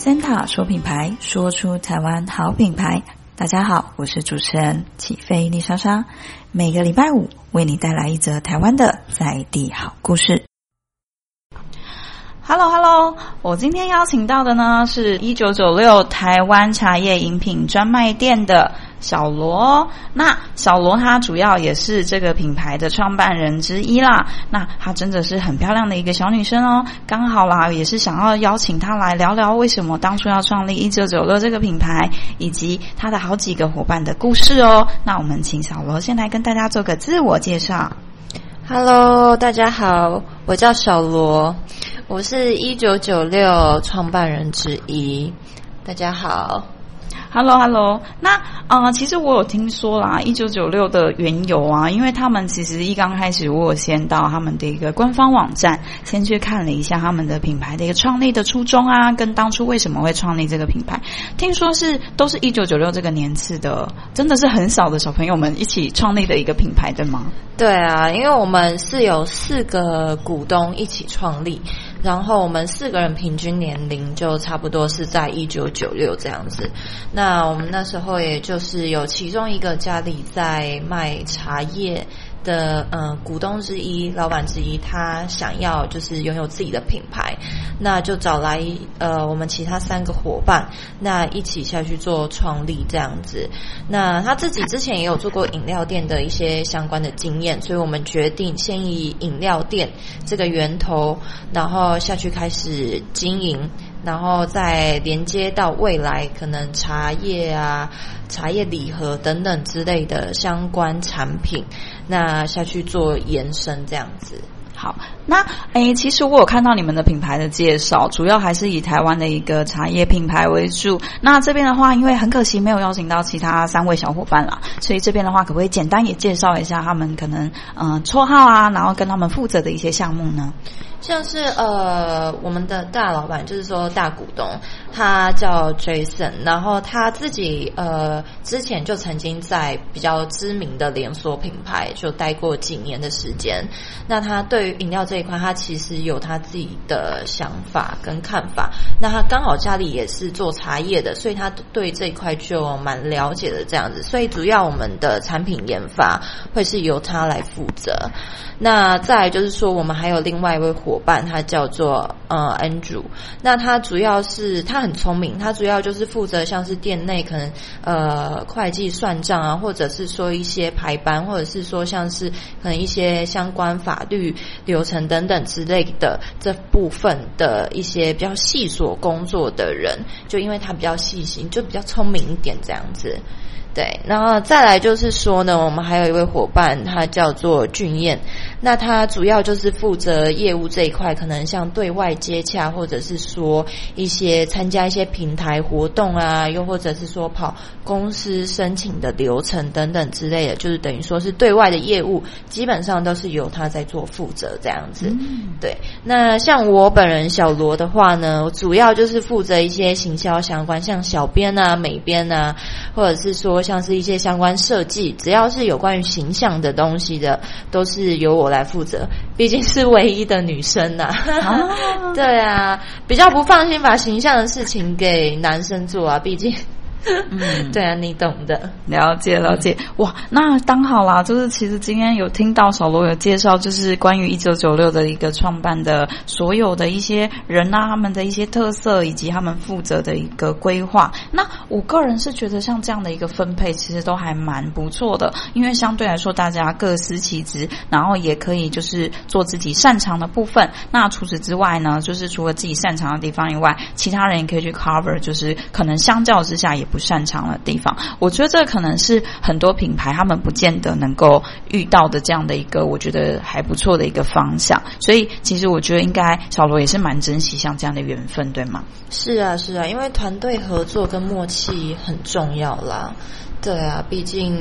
Santa 说品牌，说出台湾好品牌。大家好，我是主持人起飞丽莎莎，每个礼拜五为你带来一则台湾的在地好故事。Hello， 我今天邀请到的呢是1996台湾茶叶饮品专卖店的小罗。那小罗他主要也是这个品牌的创办人之一啦。那她真的是很漂亮的一个小女生哦。刚好啦，也是想要邀请她来聊聊为什么当初要创立1996这个品牌，以及她的好几个伙伴的故事哦。那我们请小罗先来跟大家做个自我介绍。 Hello， 大家好，我叫小罗，我是1996创办人之一。大家好。 Hello， 那其实我有听说啦，1996的缘由啊，因为他们其实一刚开始我有先到他们的一个官方网站，先去看了一下他们的品牌的一个创立的初衷啊，跟当初为什么会创立这个品牌。听说都是1996这个年次的，真的是很少的小朋友们一起创立的一个品牌，对吗？ 对啊，因为我们是有4个股东一起创立，然后我们4个人平均年龄就差不多是在1996这样子。那我们那时候也就是有其中一个家里在卖茶叶的股东之一，老板之一，他想要就是拥有自己的品牌，那就找来我们其他3个伙伴，那一起下去做创立这样子。那他自己之前也有做过饮料店的一些相关的经验，所以我们决定先以饮料店这个源头，然后下去开始经营，然后再连接到未来可能茶叶啊、茶叶礼盒等等之类的相关产品，那下去做延伸这样子。 好，那其实我有看到你们的品牌的介绍，主要还是以台湾的一个茶叶品牌为主。那这边的话，因为很可惜没有邀请到其他3位小伙伴啦，所以这边的话，可不可以简单也介绍一下他们可能绰号啊，然后跟他们负责的一些项目呢？ 像是我们的大老板，就是说大股东，他叫 Jason， 然后他自己之前就曾经在比较知名的连锁品牌就待过几年的时间。那他对于饮料这一块，他其实有他自己的想法跟看法。那他刚好家里也是做茶叶的，所以他对这一块就蛮了解的这样子。所以主要我们的产品研发会是由他来负责。那再来就是说，我们还有另外一位伙伴，他叫做Andrew。那他主要是他很聪明，他主要就是负责像是店内可能会计算账啊，或者是说一些排班，或者是说像是可能一些相关法律流程等等之类的这部分的一些比较细琐工作的人，就因为他比较细心，就比较聪明一点这样子。对，然后再来就是说呢，我们还有一位伙伴，他叫做俊彦。那他主要就是负责业务这一块，可能像对外接洽，或者是说一些参加一些平台活动啊，又或者是说跑公司申请的流程等等之类的，就是等于说是对外的业务，基本上都是由他在做负责这样子。对，那像我本人小罗的话呢，主要就是负责一些行销相关，像小编啊、美编啊，或者是说像是一些相关设计，只要是有关于形象的东西的，都是由我来负责。毕竟是唯一的女生啊。对啊，比较不放心把形象的事情给男生做啊，毕竟对啊，你懂的。 了解。哇，那刚好啦，就是其实今天有听到小罗有介绍，就是关于1996的一个创办的所有的一些人啊，他们的一些特色以及他们负责的一个规划。那我个人是觉得像这样的一个分配其实都还蛮不错的，因为相对来说大家各司其职，然后也可以就是做自己擅长的部分。那除此之外呢，就是除了自己擅长的地方以外，其他人也可以去 cover 就是可能相较之下也不擅长的地方。我觉得这可能是很多品牌他们不见得能够遇到的这样的一个我觉得还不错的一个方向。所以其实我觉得应该小罗也是蛮珍惜像这样的缘分，对吗？ 是啊，因为团队合作跟默契很重要啦。对啊，毕竟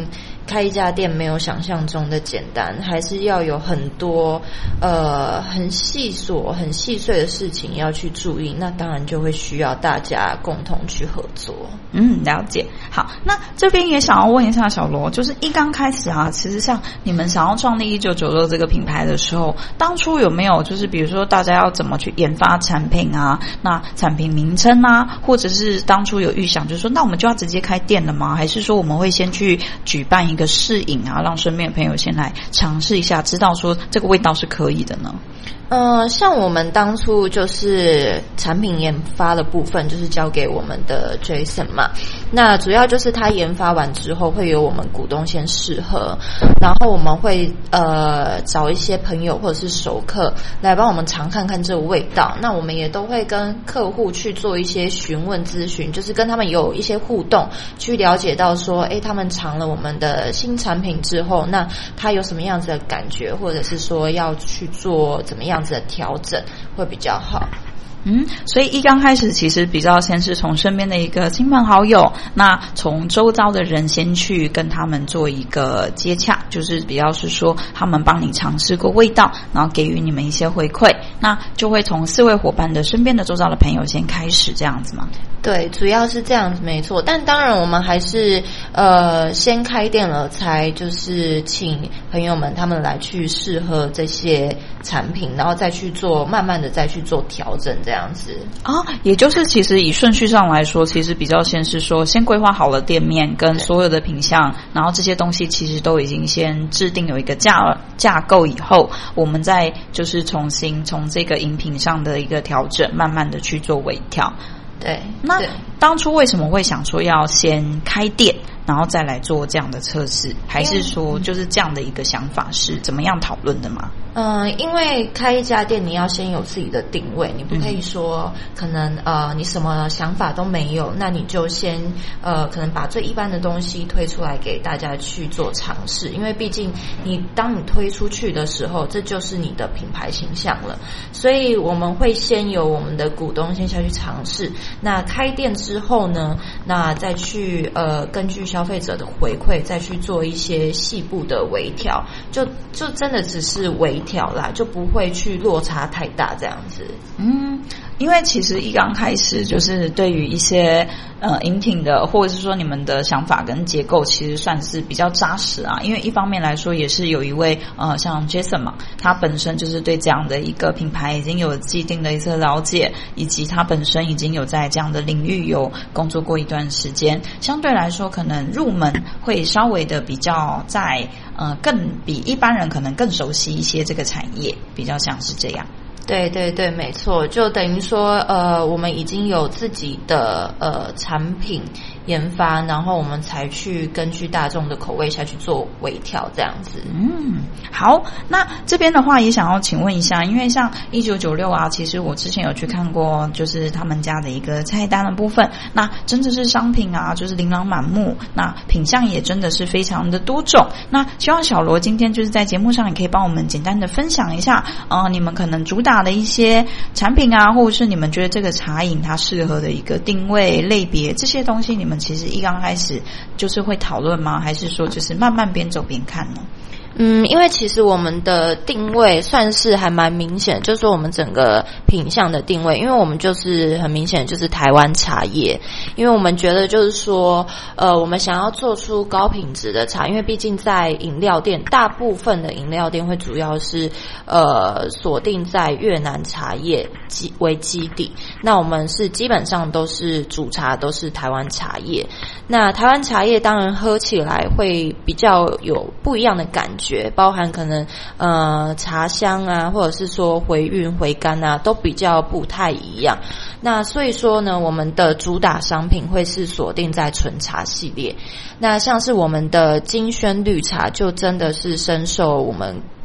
开一家店没有想象中的简单，还是要有很多很细琐、很细碎的事情要去注意，那当然就会需要大家共同去合作。 了解。好，那这边也想要问一下小罗，就是一刚开始啊，其实像你们想要创立1996这个品牌的时候，当初有没有就是比如说大家要怎么去研发产品啊，那产品名称啊，或者是当初有预想就是说那我们就要直接开店了吗？还是说我们会先去举办一个试饮啊，让身边的朋友先来尝试一下，知道说这个味道是可以的呢？ 像我们当初就是产品研发的部分就是交给我们的 Jason 嘛，那主要就是他研发完之后会由我们股东先试喝，然后我们会找一些朋友或者是熟客来帮我们尝看看这个味道，那我们也都会跟客户去做一些询问咨询，就是跟他们有一些互动，去了解到说他们尝了我们的新产品之后，那他有什么样子的感觉，或者是说要去做怎么样子的调整会比较好。 所以一刚开始其实比较先是从身边的一个亲朋好友，那从周遭的人先去跟他们做一个接洽，就是比较是说他们帮你尝试过味道，然后给予你们一些回馈，那就会从4位伙伴的身边的周遭的朋友先开始这样子吗？ 对，主要是这样子没错，但当然我们还是先开店了才就是请朋友们他们来去试喝这些产品，然后再去做慢慢的再去做调整这样子。 也就是其实以顺序上来说，其实比较先是说先规划好了店面跟所有的品项，然后这些东西其实都已经先制定有一个架构以后，我们再就是重新从这个饮品上的一个调整慢慢的去做微调。 对， 那当初为什么会想说要先开店，然后再来做这样的测试？还是说就是这样的一个想法是怎么样讨论的吗？ 因为开一家店你要先有自己的定位，你不可以说可能你什么想法都没有，那你就先可能把最一般的东西推出来给大家去做尝试，因为毕竟当你推出去的时候，这就是你的品牌形象了，所以我们会先由我们的股东先下去尝试，那开店之后呢，那再去根据消费者的回馈再去做一些细部的微调，就真的只是微调啦，就不会去落差太大这样子。 因为其实一刚开始就是对于一些饮品的或者是说你们的想法跟结构其实算是比较扎实啊，因为一方面来说也是有一位像 Jason 嘛，他本身就是对这样的一个品牌已经有既定的一些了解，以及他本身已经有在这样的领域有工作过一段时间，相对来说可能入门会稍微的比较在更比一般人可能更熟悉一些这个产业，比较像是这样。 对对对，没错，就等于说我们已经有自己的产品研发，然后我们才去根据大众的口味下去做微调这样子。 好，那这边的话也想要请问一下，因为像1996啊，其实我之前有去看过就是他们家的一个菜单的部分，那真的是商品啊就是琳琅满目，那品项也真的是非常的多种，那希望小罗今天就是在节目上也可以帮我们简单的分享一下你们可能主打的一些产品啊，或者是你们觉得这个茶饮它适合的一个定位类别，这些东西你们其实一刚开始就是会讨论吗？还是说就是慢慢边走边看呢？ 因为其实我们的定位算是还蛮明显，就是说我们整个品项的定位，因为我们就是很明显就是台湾茶叶，因为我们觉得就是说我们想要做出高品质的茶，因为毕竟在饮料店，大部分的饮料店会主要是锁定在越南茶叶为基底，那我们是基本上都是主茶都是台湾茶叶，那台湾茶叶当然喝起来会比较有不一样的感觉，包含可能茶香啊，或者是说回韵回甘啊，都比较不太一样。那所以说呢，我们的主打商品会是锁定在纯茶系列。那像是我们的金萱绿茶，就真的是深受我们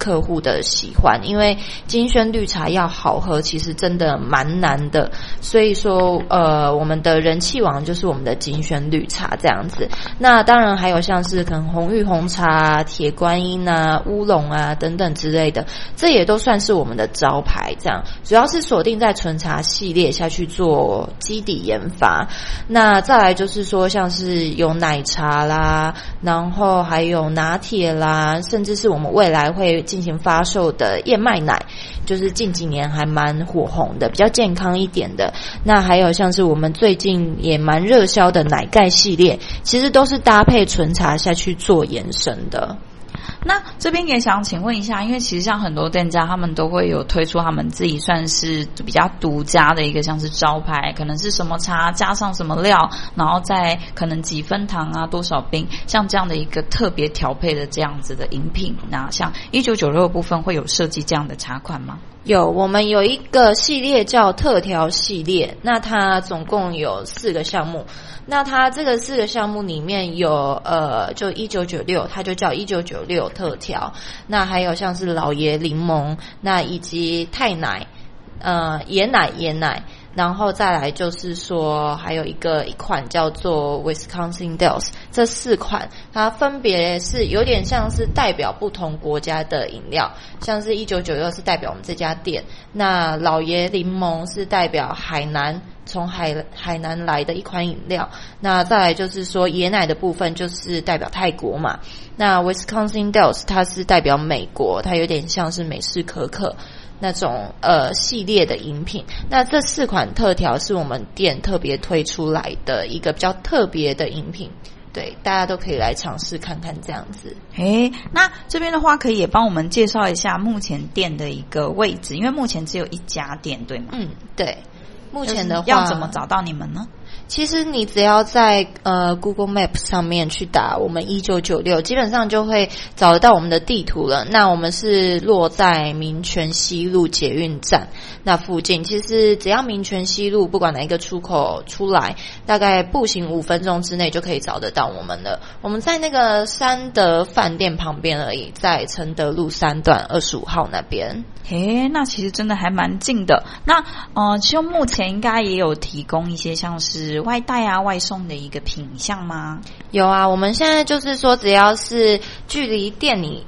客户的喜欢，因为金萱绿茶要好喝，其实真的蛮难的，所以说我们的人气王就是我们的金萱绿茶这样子。那当然还有像是可能红玉红茶、铁观音啊、乌龙啊等等之类的，这也都算是我们的招牌这样，主要是锁定在纯茶系列下去做基底研发。那再来就是说像是有奶茶啦，然后还有拿铁啦，甚至是我们未来会进行发售的燕麦奶，就是近几年还蛮火红的，比较健康一点的。那还有像是我们最近也蛮热销的奶盖系列，其实都是搭配纯茶下去做延伸的。 那这边也想请问一下，因为其实像很多店家他们都会有推出他们自己算是比较独家的一个像是招牌，可能是什么茶加上什么料，然后再可能几分糖啊多少冰，像这样的一个特别调配的这样子的饮品。那像1996的部分会有设计这样的茶款吗？ 有，我们有一个系列叫特调系列，那它总共有4个项目。那它这个4个项目里面有就1996，它就叫1996特调。那还有像是老爷柠檬，那以及泰奶，椰奶。然后再来就是说还有一款叫做 Wisconsin Dells， 这4款它分别是有点像是代表不同国家的饮料，像是1996是代表我们这家店，那老爷柠檬是代表海南，从海南来的一款饮料，那再来就是说椰奶的部分就是代表泰国嘛，那 Wisconsin Dells 它是代表美国，它有点像是美式可可那种系列的饮品。那这4款特调是我们店特别推出来的一个比较特别的饮品，对，大家都可以来尝试看看这样子。 那这边的话可以也帮我们介绍一下目前店的一个位置，因为目前只有1家店对吗？ 对，目前的话要怎么找到你们呢？ 其实你只要在Google Map 上面去打我们1996，基本上就会找得到我们的地图了。那我们是落在民权西路捷运站那附近，其实只要民权西路不管哪一个出口出来，大概步行5分钟之内就可以找得到我们了。我们在那个山德饭店旁边而已，在承德路3段25号那边。 那其实真的还蛮近的。那其实目前应该也有提供一些像是外带啊外送的一个品项吗？ 有啊，我们现在就是说只要是距离店里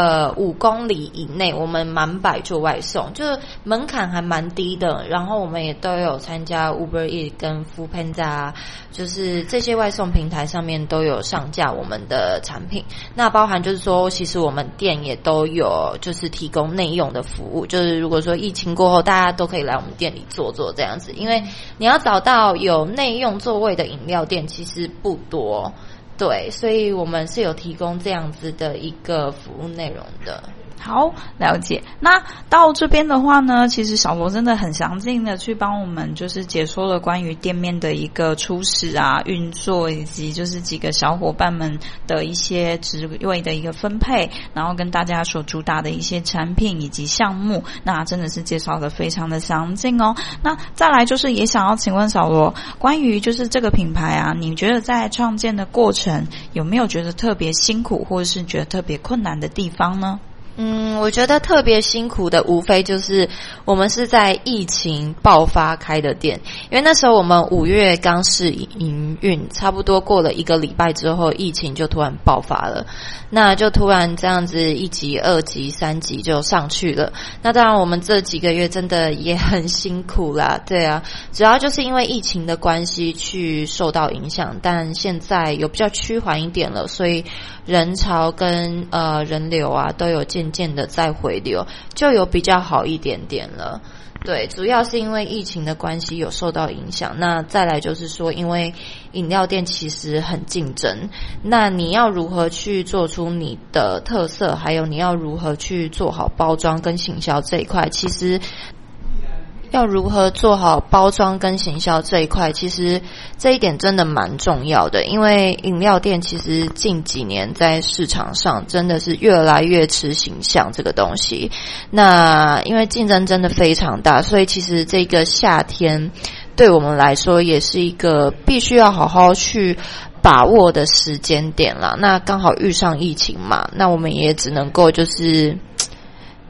5公里以内，我们满百做外送，就门槛还蛮低的。然后我们也都有参加 Uber Eats 跟 Foodpanda， 就是这些外送平台上面都有上架我们的产品。那包含就是说，其实我们店也都有就是提供内用的服务，就是如果说疫情过后，大家都可以来我们店里坐这样子。因为你要找到有内用座位的饮料店，其实不多。对，所以我们是有提供这样子的一个服务内容的。 好，了解。那到这边的话呢，其实小罗真的很详尽的去帮我们就是解说了关于店面的一个初始啊、运作，以及就是几个小伙伴们的一些职位的一个分配，然后跟大家所主打的一些产品以及项目，那真的是介绍的非常的详尽哦。那再来就是也想要请问小罗，关于就是这个品牌啊，你觉得在创建的过程有没有觉得特别辛苦，或者是觉得特别困难的地方呢？ 我觉得特别辛苦的无非就是我们是在疫情爆发开的店，因为那时候我们5月刚试营运，差不多过了1个礼拜之后，疫情就突然爆发了，那就突然这样子1级、2级、3级就上去了。那当然我们这几个月真的也很辛苦啦，对啊，主要就是因为疫情的关系去受到影响，但现在有比较趋缓一点了，所以人潮跟人流啊都有渐渐的在回流，就有比较好一点点了。对，主要是因为疫情的关系有受到影响。那再来就是说，因为饮料店其实很竞争，那你要如何去做出你的特色，还有你要如何去做好包装跟行销这一块，其实要如何做好包装跟行销这一块，其实这一点真的蛮重要的。因为饮料店其实近几年在市场上真的是越来越吃形象这个东西，那因为竞争真的非常大，所以其实这个夏天对我们来说也是一个必须要好好去把握的时间点啦。那刚好遇上疫情嘛，那我们也只能够就是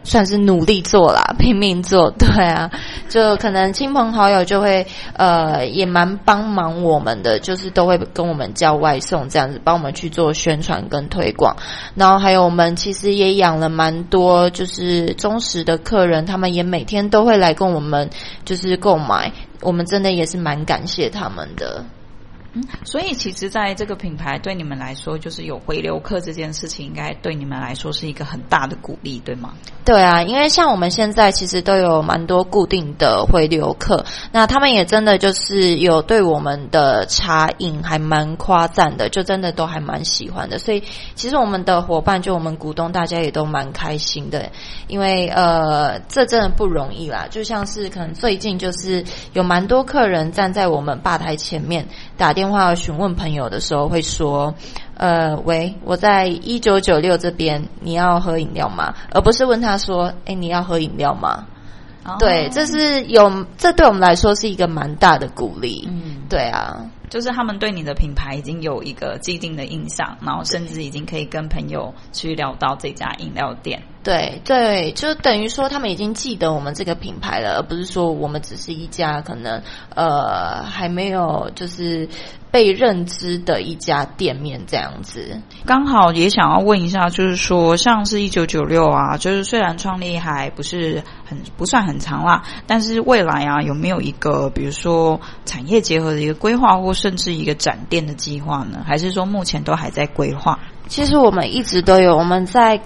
算是努力做啦，拼命做，对啊，就可能亲朋好友就会也蛮帮忙我们的，就是都会跟我们叫外送这样子，帮我们去做宣传跟推广。然后还有我们其实也养了蛮多就是忠实的客人，他们也每天都会来跟我们就是购买，我们真的也是蛮感谢他们的。 所以其实在这个品牌对你们来说，就是有回流客这件事情，应该对你们来说是一个很大的鼓励，对吗？ 对啊，因为像我们现在其实都有蛮多固定的回流客，那他们也真的就是有对我们的茶饮还蛮夸赞的，就真的都还蛮喜欢的。所以其实我们的伙伴就我们股东大家也都蛮开心的，因为这真的不容易啦，就像是可能最近就是有蛮多客人站在我们吧台前面打电话询问朋友的时候会说喂，我在1996这边，你要喝饮料吗？而不是问他说你要喝饮料吗？对，这对我们来说是一个蛮大的鼓励。对啊， 就是他们对你的品牌已经有一个既定的印象，然后甚至已经可以跟朋友去聊到这家饮料店。 对对，就等于说他们已经记得我们这个品牌了，而不是说我们只是一家可能还没有就是被认知的一家店面这样子。 刚好也想要问一下，就是说像是1996啊，就是虽然创立还不算很长啦，但是未来啊有没有一个比如说产业结合的一个规划，或甚至一个展店的计划呢？还是说目前都还在规划？ 其实我们一直都有，我们在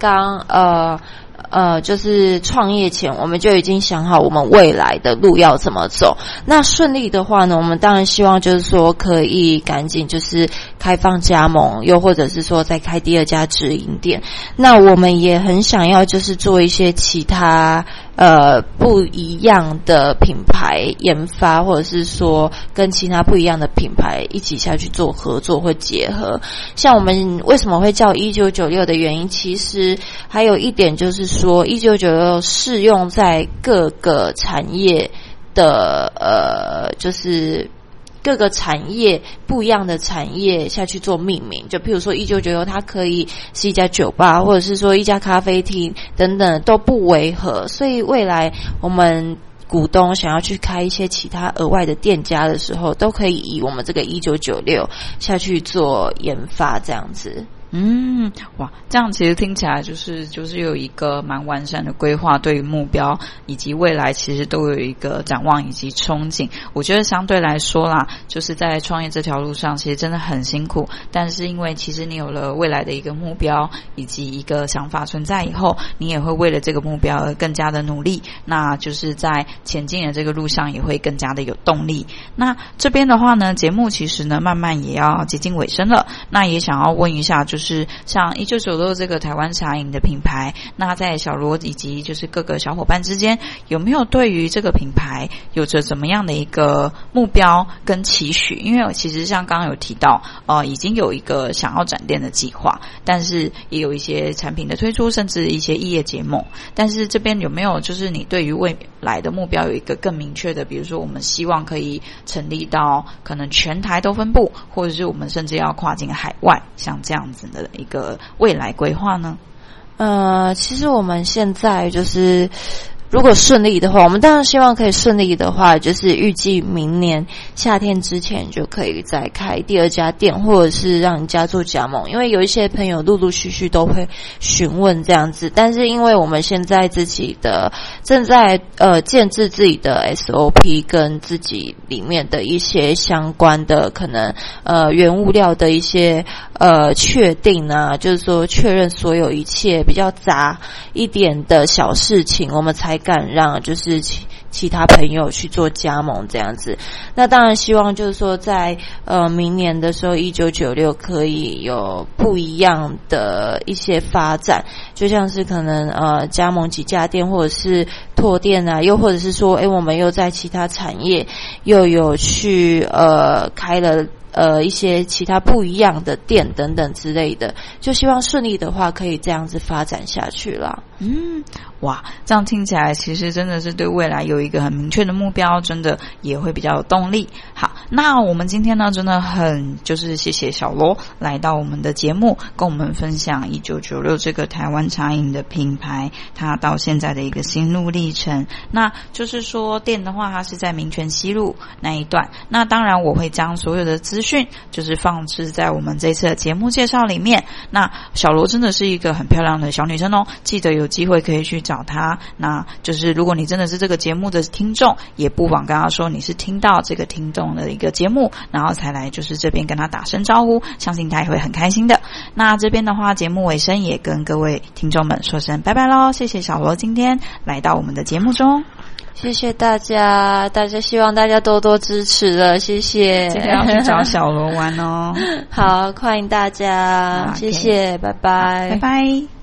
就是创业前，我们就已经想好我们未来的路要怎么走。那顺利的话呢，我们当然希望就是说可以赶紧就是开放加盟，又或者是说再开第二家直营店。那我们也很想要就是做一些其他不一样的品牌研发，或者是说跟其他不一样的品牌一起下去做合作或结合。像我们为什么会叫1996的原因，其实还有一点就是说1996适用在各个产业的就是各个产业不一样的产业下去做命名，就譬如说1996它可以是一家酒吧，或者是说一家咖啡厅等等都不违和。所以未来我们股东想要去开一些其他额外的店家的时候，都可以以我们这个1996下去做研发这样子。 哇，这样其实听起来就是有一个蛮完善的规划，对于目标以及未来其实都有一个展望以及憧憬。我觉得相对来说啦，就是在创业这条路上其实真的很辛苦，但是因为其实你有了未来的一个目标以及一个想法存在以后，你也会为了这个目标而更加的努力，那就是在前进的这个路上也会更加的有动力。那这边的话呢，节目其实呢慢慢也要接近尾声了，那也想要问一下，就是像1996这个台湾茶饮的品牌，那在小罗以及就是各个小伙伴之间，有没有对于这个品牌有着怎么样的一个目标跟期许？因为其实像刚刚有提到已经有一个想要展店的计划，但是也有一些产品的推出，甚至一些异业结盟，但是这边有没有就是你对于未来的目标有一个更明确的，比如说我们希望可以成立到可能全台都分布，或者是我们甚至要跨境海外，像这样子的一个未来规划呢？ 其实我们现在就是如果顺利的话，我们当然希望可以顺利的话，就是预计明年夏天之前就可以再开第二家店，或者是让人家做加盟。因为有一些朋友陆陆续续都会询问这样子，但是因为我们现在自己的正在建制自己的 SOP 跟自己里面的一些相关的可能原物料的一些确定啊，就是说确认所有一切比较杂一点的小事情，我们才敢让就是其他朋友去做加盟这样子。那当然希望就是说在明年的时候1996可以有不一样的一些发展，就像是可能加盟几家店，或者是拓店啊，又或者是说我们又在其他产业又有去开了一些其他不一样的店等等之类的，就希望顺利的话可以这样子发展下去啦。 哇，这样听起来其实真的是对未来有一个很明确的目标，真的也会比较有动力。好，那我们今天呢，真的很就是谢谢小罗来到我们的节目，跟我们分享1996这个台湾茶饮的品牌，它到现在的一个心路历程。那就是说店的话，它是在民权西路那一段。那当然我会将所有的资讯就是放置在我们这次的节目介绍里面。那小罗真的是一个很漂亮的小女生哦，记得有机会可以去找她。那就是如果你真的是这个节目的听众，也不妨跟她说你是听到这个听众的一个节目，然后才来就是这边跟她打声招呼，相信她也会很开心的。那这边的话，节目尾声也跟各位听众们说声拜拜咯，谢谢小罗今天来到我们的节目中。 谢谢大家，希望大家多多支持了，谢谢。 记得要去找小罗玩哦。 好，欢迎大家，谢谢，拜拜， 拜拜。